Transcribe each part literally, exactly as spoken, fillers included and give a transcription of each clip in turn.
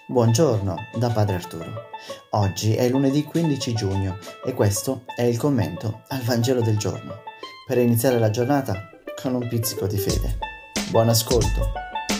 Buongiorno da Padre Arturo. Oggi è lunedì quindici giugno e questo è il commento al Vangelo del giorno, per iniziare la giornata con un pizzico di fede. Buon ascolto!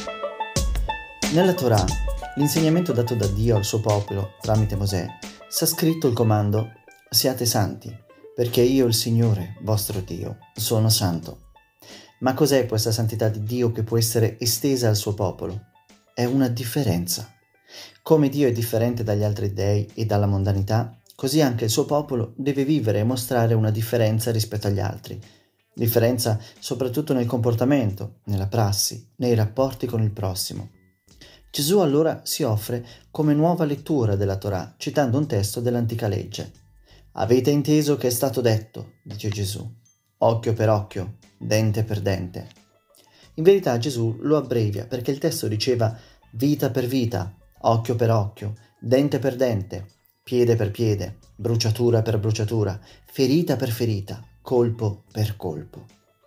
Nella Torah, l'insegnamento dato da Dio al suo popolo tramite Mosè, sta scritto il comando «Siate santi, perché io, il Signore, vostro Dio, sono santo». Ma cos'è questa santità di Dio che può essere estesa al suo popolo? È una differenza. Come Dio è differente dagli altri dei e dalla mondanità, così anche il suo popolo deve vivere e mostrare una differenza rispetto agli altri. Differenza soprattutto nel comportamento, nella prassi, nei rapporti con il prossimo. Gesù allora si offre come nuova lettura della Torah, citando un testo dell'antica legge. «Avete inteso che è stato detto», dice Gesù, «occhio per occhio, dente per dente». In verità Gesù lo abbrevia perché il testo diceva vita per vita, occhio per occhio, dente per dente, piede per piede, bruciatura per bruciatura, ferita per ferita, colpo per colpo.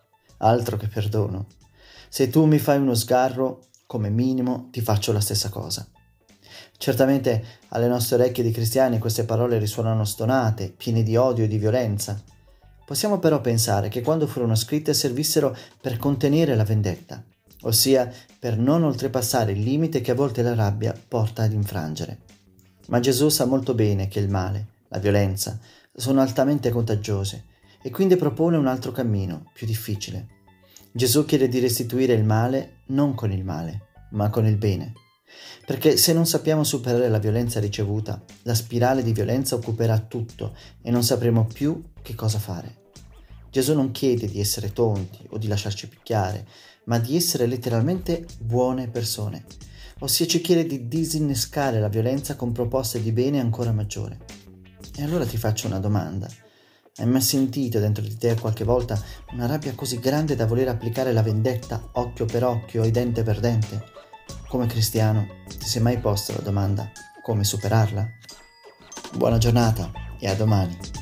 Altro che perdono. Se tu mi fai uno sgarro, come minimo ti faccio la stessa cosa. Certamente alle nostre orecchie di cristiani queste parole risuonano stonate, piene di odio e di violenza. Possiamo però pensare che quando furono scritte servissero per contenere la vendetta, ossia per non oltrepassare il limite che a volte la rabbia porta ad infrangere. Ma Gesù sa molto bene che il male, la violenza, sono altamente contagiose e quindi propone un altro cammino, più difficile. Gesù chiede di restituire il male non con il male, ma con il bene. Perché se non sappiamo superare la violenza ricevuta, la spirale di violenza occuperà tutto e non sapremo più che cosa fare. Gesù non chiede di essere tonti o di lasciarci picchiare, ma di essere letteralmente buone persone, ossia ci chiede di disinnescare la violenza con proposte di bene ancora maggiore. E allora ti faccio una domanda. Hai mai sentito dentro di te qualche volta una rabbia così grande da voler applicare la vendetta occhio per occhio e dente per dente? Come cristiano, ti sei mai posto la domanda come superarla? Buona giornata e a domani!